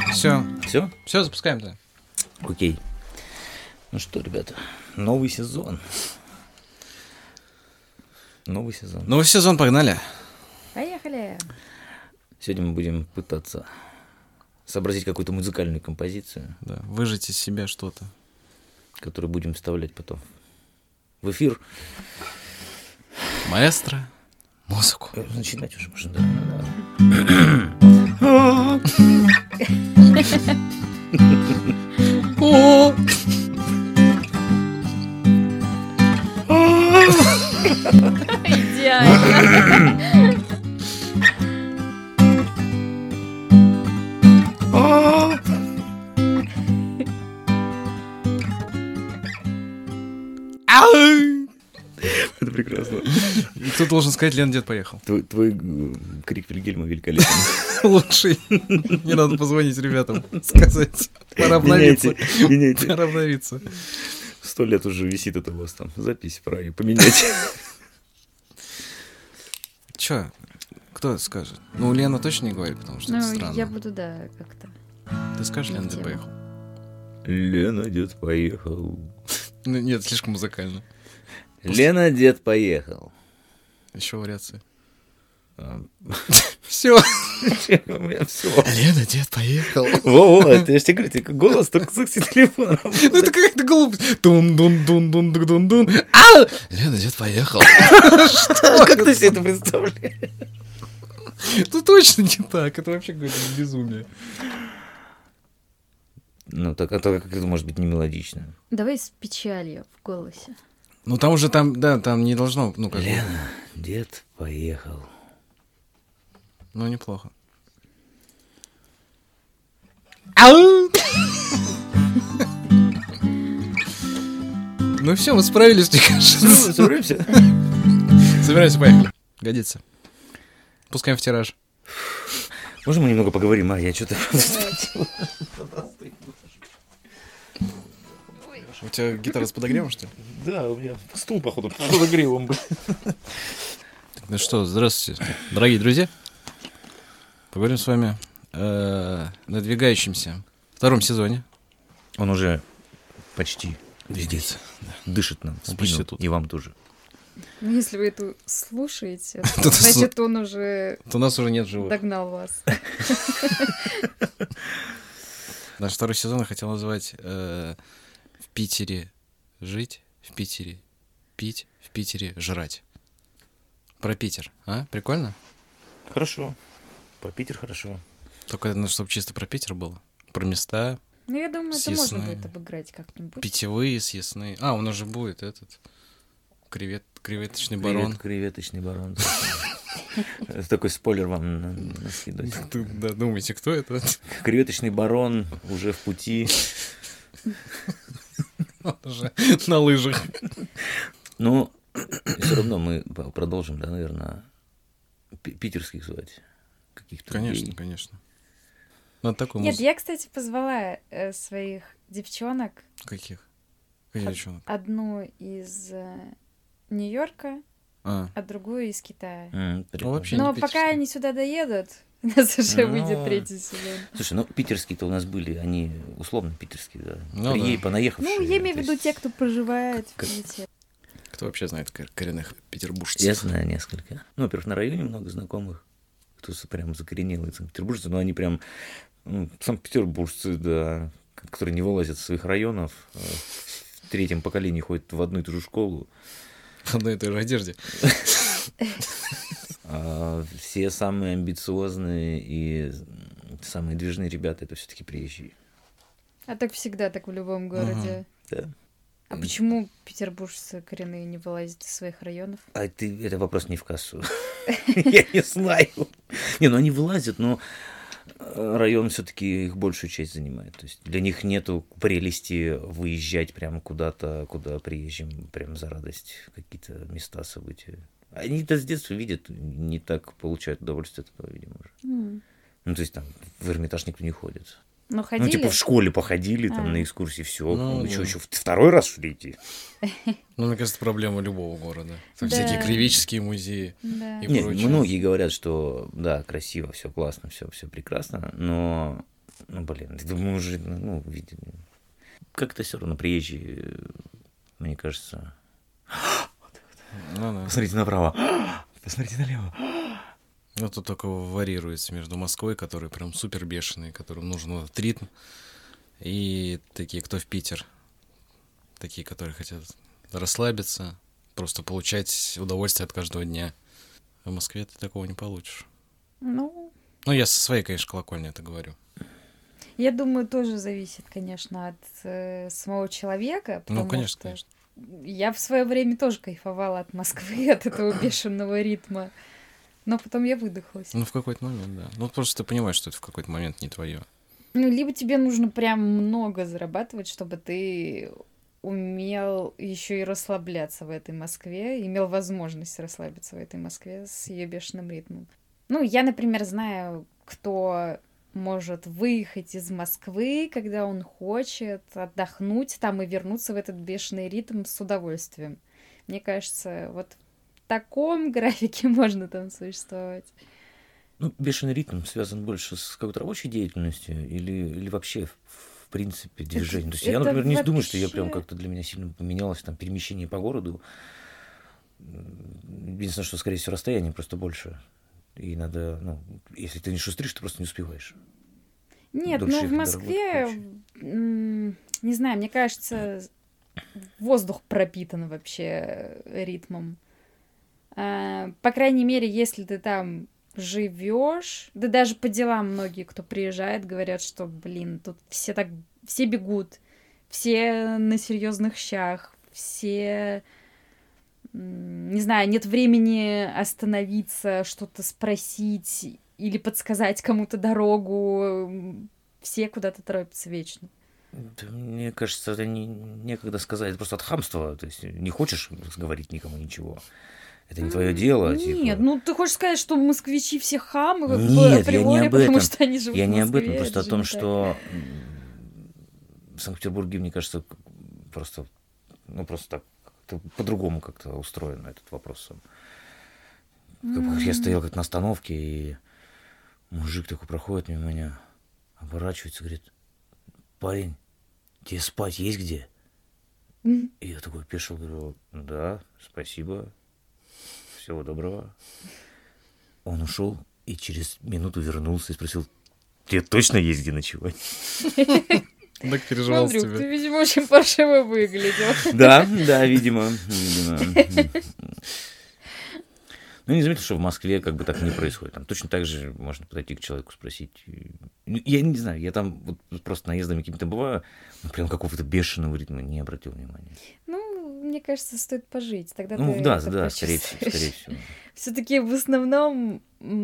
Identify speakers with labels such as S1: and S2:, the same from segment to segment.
S1: Все.
S2: Все?
S1: Все, запускаем-то.
S2: Окей. Ну что, ребята, новый сезон. Новый сезон,
S1: погнали.
S3: Поехали.
S2: Сегодня мы будем пытаться сообразить какую-то музыкальную композицию.
S1: Да, выжать из себя что-то.
S2: Которую будем вставлять потом в эфир.
S1: Маэстро, музыку.
S2: Начинать уже можно,
S3: Идеально.
S2: Это прекрасно.
S1: И кто должен сказать, Лена, дед поехал?
S2: Твой крик Вильгельма великолепен.
S1: Лучший. Не надо позвонить ребятам, сказать. Пора обновиться.
S2: Меняйте.
S1: Пора обновиться.
S2: 100 лет уже висит это у вас там. Запись пора ее поменять.
S1: Че? Кто скажет? Ну, Лена точно не говорит, потому что это странно.
S3: Я буду, да, как-то.
S1: Ты скажешь, Лена, дед поехал?
S2: Лена, дед поехал.
S1: Ну, нет, слишком музыкально.
S2: Лена, дед поехал.
S1: Еще вариации. Все.
S2: У меня все.
S1: Лена, дед поехал.
S2: Во-во, я же тебе говорю, тебе голос только с телефона.
S1: Ну это какая-то глупость. Дун-дун-дун-дун-дун-дун. Лена, дед поехал.
S2: Как ты себе это представляешь?
S1: Ну точно не так. Это вообще какое-то безумие.
S2: Ну, так это как это может быть не мелодично.
S3: Давай с печалью в голосе.
S1: Ну там уже там не должно, ну как.
S2: Лена, дед поехал.
S1: Ну неплохо. Ну все, мы справились, мне кажется.
S2: Соберемся?
S1: Собираемся, поехали. Годится. Пускаем в тираж.
S2: Можем мы немного поговорим, я что-то...
S1: У тебя гитара с подогревом, что ли?
S2: Да, у меня стул, походу, под подогревом был.
S1: Ну что, здравствуйте, дорогие друзья. Поговорим с вами о надвигающемся втором сезоне.
S2: Он уже почти
S1: Двигается.
S2: дышит нам в
S1: почти
S2: спину,
S1: тут.
S2: и вам тоже.
S3: Ну, если вы это слушаете,
S1: Тут
S3: значит, он уже
S1: У нас уже нет живых.
S3: догнал вас.
S1: Наш второй сезон я хотел назвать «В Питере жить, в Питере пить, в Питере жрать». Про Питер, а? Прикольно?
S2: Хорошо. Про Питер хорошо.
S1: Только, чтобы чисто про Питер было. Про места,
S3: Ну, я думаю, это можно
S1: Съестные.
S3: будет обыграть как-нибудь.
S1: питьевые, съестные. А, у нас же будет этот креветочный барон.
S2: Креветочный барон. Это такой спойлер вам на скидывать.
S1: Да, думаете, кто это?
S2: Креветочный барон уже в пути.
S1: Он уже на лыжах.
S2: Но все равно мы продолжим, да, наверное, питерских звать каких-то.
S1: Конечно,
S2: людей.
S1: конечно. Ну, такой
S3: Нет, я, кстати, позвала своих девчонок.
S1: Каких? Каких девчонок?
S3: Одну из Нью-Йорка,
S1: А,
S3: а другую из Китая.
S2: Прикольно.
S1: вообще
S3: Но
S1: не
S3: пока
S1: питерские.
S3: они сюда доедут, у нас уже
S2: Ну,
S3: выйдет третий сезон.
S2: Слушай, ну питерские-то у нас были, они условно питерские, да.
S1: Ну да.
S2: Понаехавшие.
S3: Ну, я имею в
S2: то
S3: виду
S2: есть
S3: те, кто проживает в
S2: как-
S3: Питере.
S1: Кто вообще знает коренных петербуржцев?
S2: Я знаю несколько. Ну, во-первых, на районе много знакомых, кто прям закоренелые санкт-петербуржцы, но они прям санкт-петербуржцы, да, которые не вылазят из своих районов, в третьем поколении ходят в одну и ту же школу.
S1: В одной и той же одежде.
S2: А все самые амбициозные и самые движные ребята — это все-таки приезжие.
S3: А так всегда, так в любом городе.
S2: Да.
S3: А почему петербуржцы коренные не вылазят из своих районов?
S2: Это вопрос не в кассу. Я не знаю. Не, ну они вылазят, но район все-таки их большую часть занимает. То есть для них нету прелести выезжать прямо куда-то, куда приезжим, прям за радость, какие-то места, события. Они это с детства видят, не так получают удовольствие от этого, видимо, уже. Ну, то есть там в Эрмитаж никто не ходит.
S3: Ну, ходили?
S2: Ну, типа в школе походили, там на экскурсии, все.
S1: Ну,
S2: Ну, что,
S1: да.
S2: еще второй раз что ли идти?
S1: Ну, мне кажется, проблема любого города. Там
S3: Да.
S1: всякие кривические музеи
S3: Да.
S1: и
S2: Нет,
S1: прочее.
S2: многие говорят, что да, красиво, все классно, все прекрасно, но Ну, блин, я думаю, уже, ну, видимо, как-то все равно приезжие, мне кажется...
S1: Ну да.
S2: Посмотрите направо, посмотрите налево.
S1: Ну, тут только варьируется между Москвой, который прям супер бешеный, которым нужен этот ритм, и такие, кто в Питер. Такие, которые хотят расслабиться, просто получать удовольствие от каждого дня. А в Москве ты такого не получишь.
S3: Ну,
S1: Ну, я со своей, конечно, колокольни это говорю.
S3: я думаю, тоже зависит, конечно, от самого человека, потому
S1: конечно,
S3: что
S1: конечно.
S3: я в свое время тоже кайфовала от Москвы, от этого бешеного ритма, но потом я выдохлась.
S1: Ну, в какой-то момент, да. Ну, просто ты понимаешь, что это в какой-то момент не твое.
S3: Ну, либо тебе нужно прям много зарабатывать, чтобы ты умел еще и расслабляться в этой Москве, имел возможность расслабиться в этой Москве с ее бешеным ритмом. Ну, я, например, знаю, кто может выехать из Москвы, когда он хочет отдохнуть там и вернуться в этот бешеный ритм с удовольствием. Мне кажется, вот в таком графике можно там существовать.
S2: Ну, бешеный ритм связан больше с какой-то рабочей деятельностью или вообще, в принципе, движением. То есть я,
S3: это
S2: например, не думаю, что я прям
S3: вообще-
S2: как-то для меня сильно поменялось там перемещение по городу. Единственное, что, скорее всего, расстояние просто больше. И надо, ну, если ты не шустришь, ты просто не успеваешь.
S3: Нет,
S2: Дольше
S3: ну в
S2: ехать до
S3: Москве,
S2: работы,
S3: не знаю, мне кажется, воздух пропитан вообще ритмом. По крайней мере, если ты там живешь, да даже по делам многие, кто приезжает, говорят, что, блин, тут все бегут, все на серьезных щах, все, не знаю, нет времени остановиться, что-то спросить или подсказать кому-то дорогу, все куда-то торопятся вечно.
S2: Да, мне кажется, это некогда сказать, это просто от хамства. То есть не хочешь говорить никому ничего. Это не твое дело.
S3: Нет,
S2: Типа.
S3: ну ты хочешь сказать, что москвичи все хамы
S2: Нет, я не
S3: априори,
S2: об
S3: потому
S2: этом.
S3: что они живут
S2: Я
S3: в
S2: не об
S3: Москве,
S2: этом, просто
S3: это
S2: о
S3: же
S2: том,
S3: не так.
S2: что в Санкт-Петербурге, мне кажется, просто, ну, просто так как-то по-другому как-то устроен этот вопрос. Я стоял как на остановке, и мужик такой проходит мимо меня, оборачивается, говорит: парень, тебе спать есть где? И я такой опешил, говорю: да, спасибо, всего доброго. Он ушел и через минуту вернулся и спросил: тебе точно есть где ночевать?
S1: Так переживал с
S3: Андрюх, ты,
S1: тебя.
S3: видимо, очень паршиво выглядел.
S2: Да, видимо. Ну, не заметил, что в Москве как бы так не происходит. Там точно так же можно подойти к человеку, спросить. Я не знаю, я там вот просто наездами какими-то бываю, но прям какого-то бешеного ритма не обратил внимания.
S3: Ну, мне кажется, стоит пожить, тогда
S2: Ну,
S3: ты
S2: да,
S3: это
S2: скорее всего.
S3: Все-таки в основном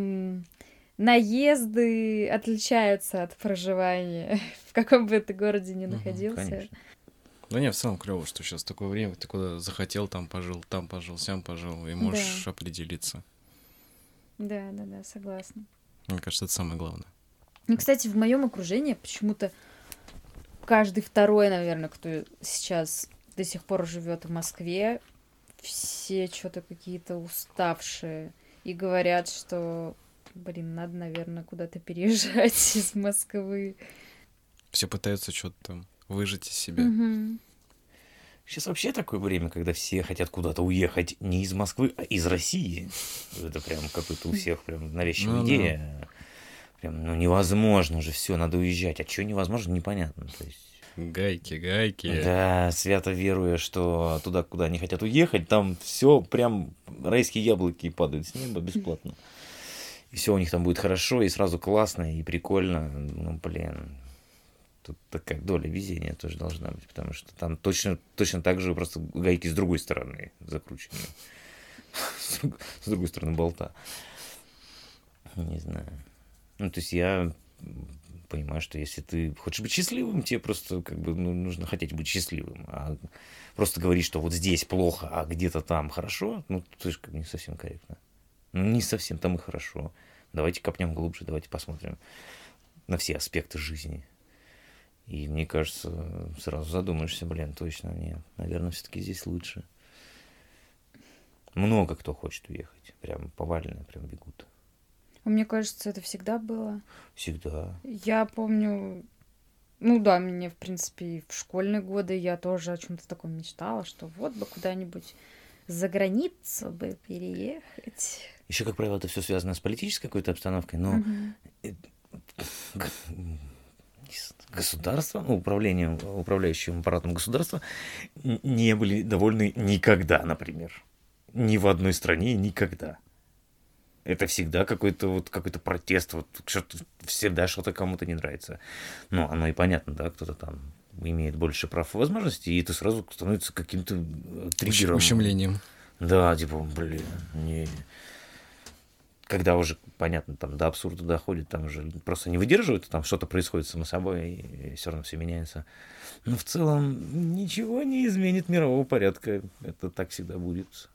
S3: наезды отличаются от проживания, в каком бы ты городе ни находился.
S2: Конечно.
S1: Да не, в целом клево, что сейчас такое время, ты куда захотел, там пожил, сям пожил, и можешь определиться.
S3: Да, согласна.
S1: Мне кажется, это самое главное.
S3: Ну, кстати, в моем окружении почему-то каждый второй, наверное, кто сейчас до сих пор живет в Москве, все что-то какие-то уставшие и говорят, что, блин, надо, наверное, куда-то переезжать из Москвы.
S1: Все пытаются что-то там выжать из себя.
S2: Сейчас вообще такое время, когда все хотят куда-то уехать не из Москвы, а из России. Это прям какой-то у всех прям навязчивая идея. Прям, ну невозможно же, все, надо уезжать. А что невозможно, непонятно. То есть...
S1: Гайки.
S2: Да, свято веруя, что туда, куда они хотят уехать, там все прям райские яблоки падают с неба бесплатно. И все у них там будет хорошо, и сразу классно, и прикольно. Ну, блин, тут такая доля везения тоже должна быть, потому что там точно так же просто гайки с другой стороны закручены. С другой стороны болта. Не знаю. Ну, то есть я понимаю, что если ты хочешь быть счастливым, тебе просто как бы нужно хотеть быть счастливым. А просто говорить, что вот здесь плохо, а где-то там хорошо, ну, это же как бы не совсем корректно. Ну, не совсем там и хорошо. Давайте копнем глубже, давайте посмотрим на все аспекты жизни. И мне кажется, сразу задумаешься, блин, точно нет. Наверное, все-таки здесь лучше. Много кто хочет уехать. Прям повально, прям бегут.
S3: Мне кажется, это всегда было.
S2: Всегда.
S3: Я помню, ну да, мне, в принципе, и в школьные годы я тоже о чем-то таком мечтала, что вот бы куда-нибудь за границу бы переехать.
S2: Еще, как правило, это все связано с политической какой-то обстановкой, но
S3: Мгм.
S2: государство, ну, управляющим аппаратом государства не были довольны никогда, например. Ни в одной стране никогда. Это всегда какой-то протест, вот всегда что-то кому-то не нравится. Ну, оно и понятно, да, кто-то там имеет больше прав и возможностей, и это сразу становится каким-то триггером.
S1: Ущемлением.
S2: Да, типа, блин, не... Когда уже, понятно, там до абсурда доходит, там уже просто не выдерживают, там что-то происходит само собой, и все равно все меняется. Но в целом ничего не изменит мирового порядка. Это так всегда будет.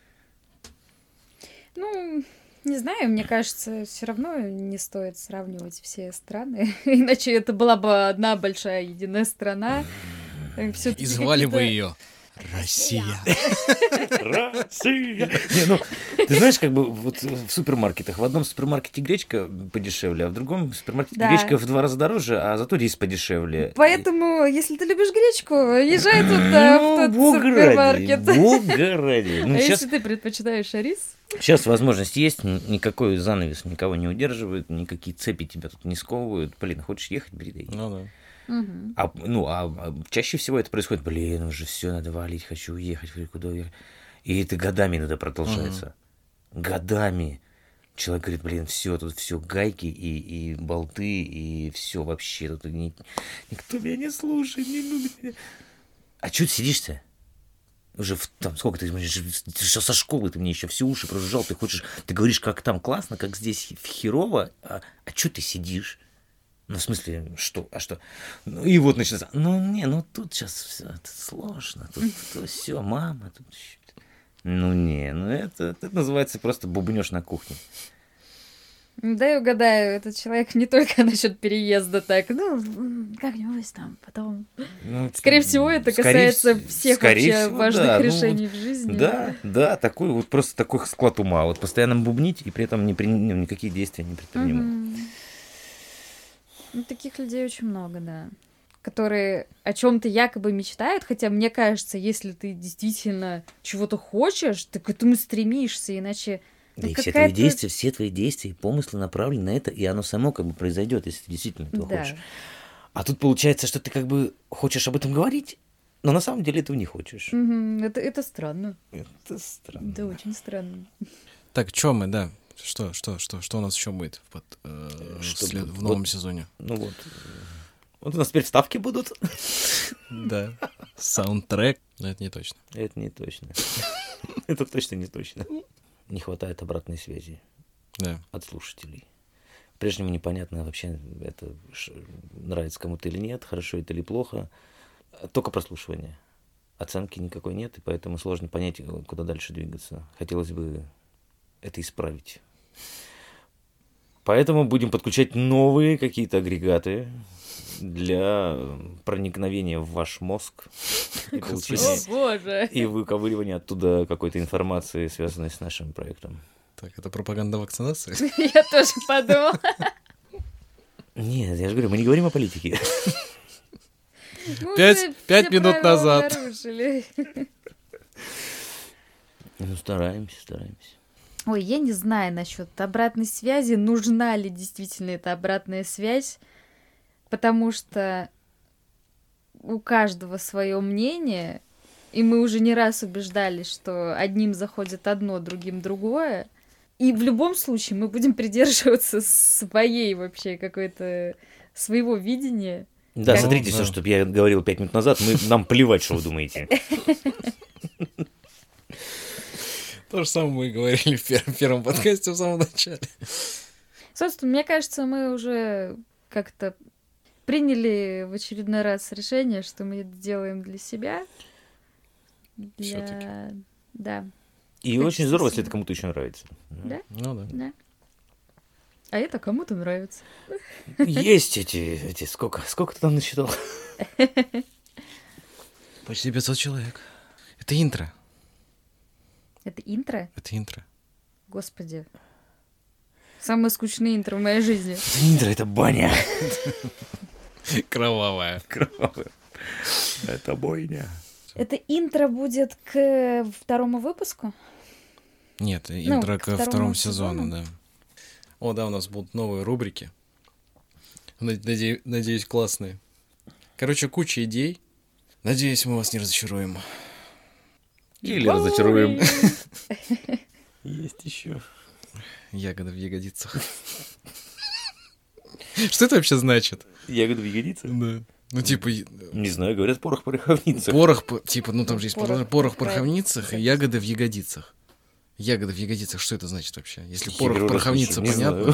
S3: Ну, не знаю, мне кажется, все равно не стоит сравнивать все страны, иначе это была бы одна большая единая страна.
S1: И звали бы ее Россия.
S2: Россия! Не, ну, ты знаешь, как бы вот в супермаркетах, в одном супермаркете гречка подешевле, а в другом супермаркете
S3: Да.
S2: гречка в 2 раза дороже, а зато рис подешевле.
S3: Поэтому, если ты любишь гречку, езжай туда, в тот
S2: Бог
S3: супермаркет.
S2: ради, Бог ради. Ну,
S3: А
S2: сейчас,
S3: если ты предпочитаешь рис?
S2: сейчас возможность есть, никакой занавес никого не удерживает, никакие цепи тебя тут не сковывают. Блин, хочешь ехать, бери, да едь.
S1: Ну да.
S3: Мгм.
S2: А чаще всего это происходит, блин, уже все, надо валить, хочу уехать, куда уехать. И это годами иногда продолжается. Годами. Человек говорит, блин, все, тут все гайки и болты, и все вообще, тут никто меня не слушает, не любит меня. А чё ты сидишь-то? Уже там, сколько ты еще со школы ты мне еще все уши прожужжал, ты говоришь, как там классно, как здесь херово, а чё ты сидишь? Ну, в смысле, что? А что? Ну, и вот начинается. Ну тут сейчас все это сложно. Тут все, мама. Тут... это называется просто бубнёж на кухне.
S3: Дай угадаю, этот человек не только насчет переезда так, как-нибудь там потом. Скорее всего, это касается всех вообще важных решений в жизни.
S2: Да, такой вот просто такой склад ума. Вот постоянно бубнить и при этом никакие действия не предпринимать.
S3: Мгм. Ну, таких людей очень много, да. Которые о чем-то якобы мечтают, хотя мне кажется, если ты действительно чего-то хочешь, ты к этому стремишься, иначе...
S2: Да
S3: ну,
S2: и все твои действия и помыслы направлены на это, и оно само как бы произойдет, если ты действительно этого
S3: Да.
S2: хочешь. А тут получается, что ты как бы хочешь об этом говорить, но на самом деле этого не хочешь.
S3: Мгм. Это странно.
S2: Это странно.
S3: Это очень странно.
S1: Так, чё мы, да? Что у нас еще будет
S2: Что будет?
S1: в новом сезоне?
S2: Ну вот. Вот у нас теперь вставки будут.
S1: Да. Саундтрек. Но это не точно.
S2: Это не точно. Это точно не точно. Не хватает обратной связи
S1: Да.
S2: от слушателей. Прежнему непонятно вообще, это нравится кому-то или нет, хорошо это или плохо. Только прослушивание. Оценки никакой нет, и поэтому сложно понять, куда дальше двигаться. Хотелось бы это исправить. Поэтому будем подключать новые какие-то агрегаты для проникновения в ваш мозг и получения
S3: О, боже!
S2: и выковыривания оттуда какой-то информации, связанной с нашим проектом.
S1: Так, это пропаганда вакцинации?
S3: Я тоже подумала.
S2: Нет, я же говорю, мы не говорим о политике.
S3: Мы
S1: Пять
S3: уже все
S1: минут
S3: правила
S1: назад.
S3: нарушили.
S2: Ну, стараемся.
S3: Ой, я не знаю насчет обратной связи, нужна ли действительно эта обратная связь, потому что у каждого свое мнение, и мы уже не раз убеждались, что одним заходит одно, другим другое, и в любом случае мы будем придерживаться своей вообще какой-то своего видения.
S2: Да,
S3: Как-
S2: смотрите, все, что я говорил 5 минут назад, нам плевать, что вы думаете.
S1: То же самое мы и говорили в первом подкасте в самом начале.
S3: Собственно, мне кажется, мы уже как-то приняли в очередной раз решение, что мы это делаем для себя.
S1: Всё-таки.
S3: Да,
S2: И
S3: Хочется
S2: очень здорово, если
S3: сильно.
S2: это кому-то еще нравится.
S3: Да?
S1: Ну да.
S3: да. А это кому-то нравится.
S2: Есть эти сколько ты там насчитал?
S1: Почти 500 человек. Это интро.
S3: Это интро?
S1: Это интро.
S3: Господи. Самые скучные интро в моей жизни.
S2: Интро — это баня.
S1: Кровавая.
S2: Кровавая. Это бойня.
S3: Это интро будет к второму выпуску?
S1: Нет, интро
S3: к
S1: ко
S3: второму
S1: второму
S3: сезону.
S1: сезону, да. О, да, у нас будут новые рубрики. Надеюсь, классные. Короче, куча идей. Надеюсь, мы вас не разочаруем.
S2: Или разочаруем. Есть еще.
S1: Ягода в ягодицах. Что это вообще значит?
S2: Ягода в ягодице?
S1: Да. Ну, типа,
S2: Не знаю, говорят, порох в пороховницах.
S1: порох, типа, ну там же есть
S3: Порох
S1: порох в
S3: в
S1: пороховницах и ягоды в ягодицах. Ягода в ягодицах, что это значит вообще? Если порох в
S2: Я
S1: пороховнице,
S2: не
S1: понятно.
S2: знаю.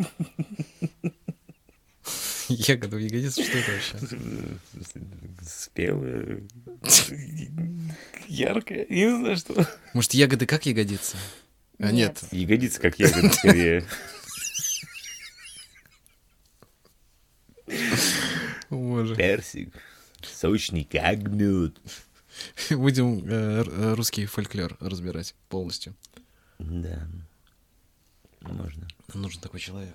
S1: Ягода в ягодицах, что это вообще?
S2: Спелая, яркая, я не знаю, что.
S1: Может, ягоды как ягодицы? А нет.
S2: Ягодица как ягода, скорее.
S1: О, боже.
S2: Персик, сочный как мед.
S1: Будем русский фольклор разбирать полностью.
S2: Да, можно.
S1: Нам нужен такой человек.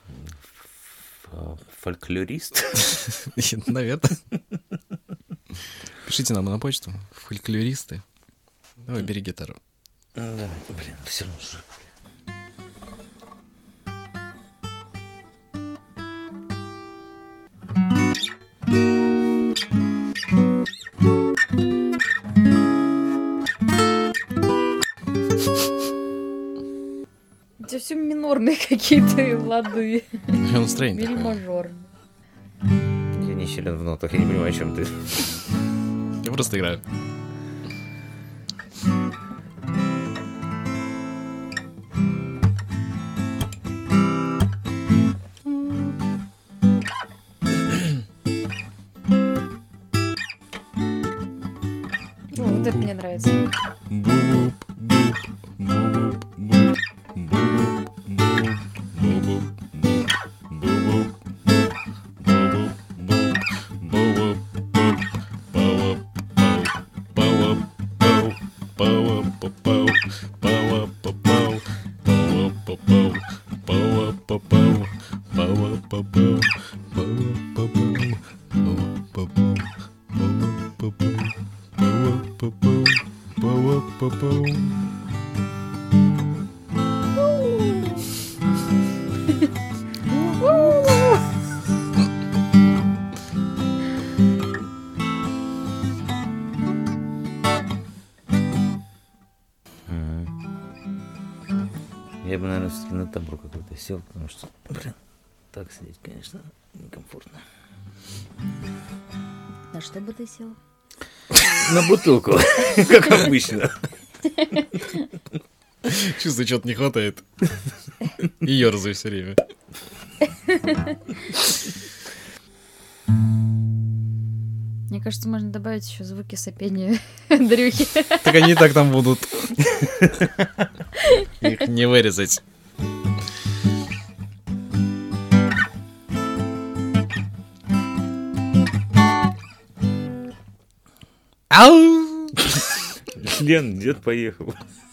S2: Фольклорист?
S1: Наверное. Пишите нам на почту. Фольклористы. Давай, бери гитару.
S2: Да, блин, все равно же.
S3: У тебя все минорные какие-то лады.
S1: Настроение
S3: Бери
S1: такое.
S3: мажорные.
S2: Я не силен в нотах, я не понимаю, о чем ты.
S1: Я просто играю.
S3: О, вот это мне нравится.
S2: Я бы, наверное, все-таки на табур какой-то сел, потому что, блин, так сидеть, конечно, некомфортно.
S3: На что бы ты сел?
S2: На бутылку, как обычно.
S1: Чувствую, что-то не хватает. И ерзаю все время.
S3: Мне кажется, можно добавить еще звуки сопения Андрюхи.
S1: Так они и так там будут. Их не вырезать. Ау!
S2: Лен, дед поехал.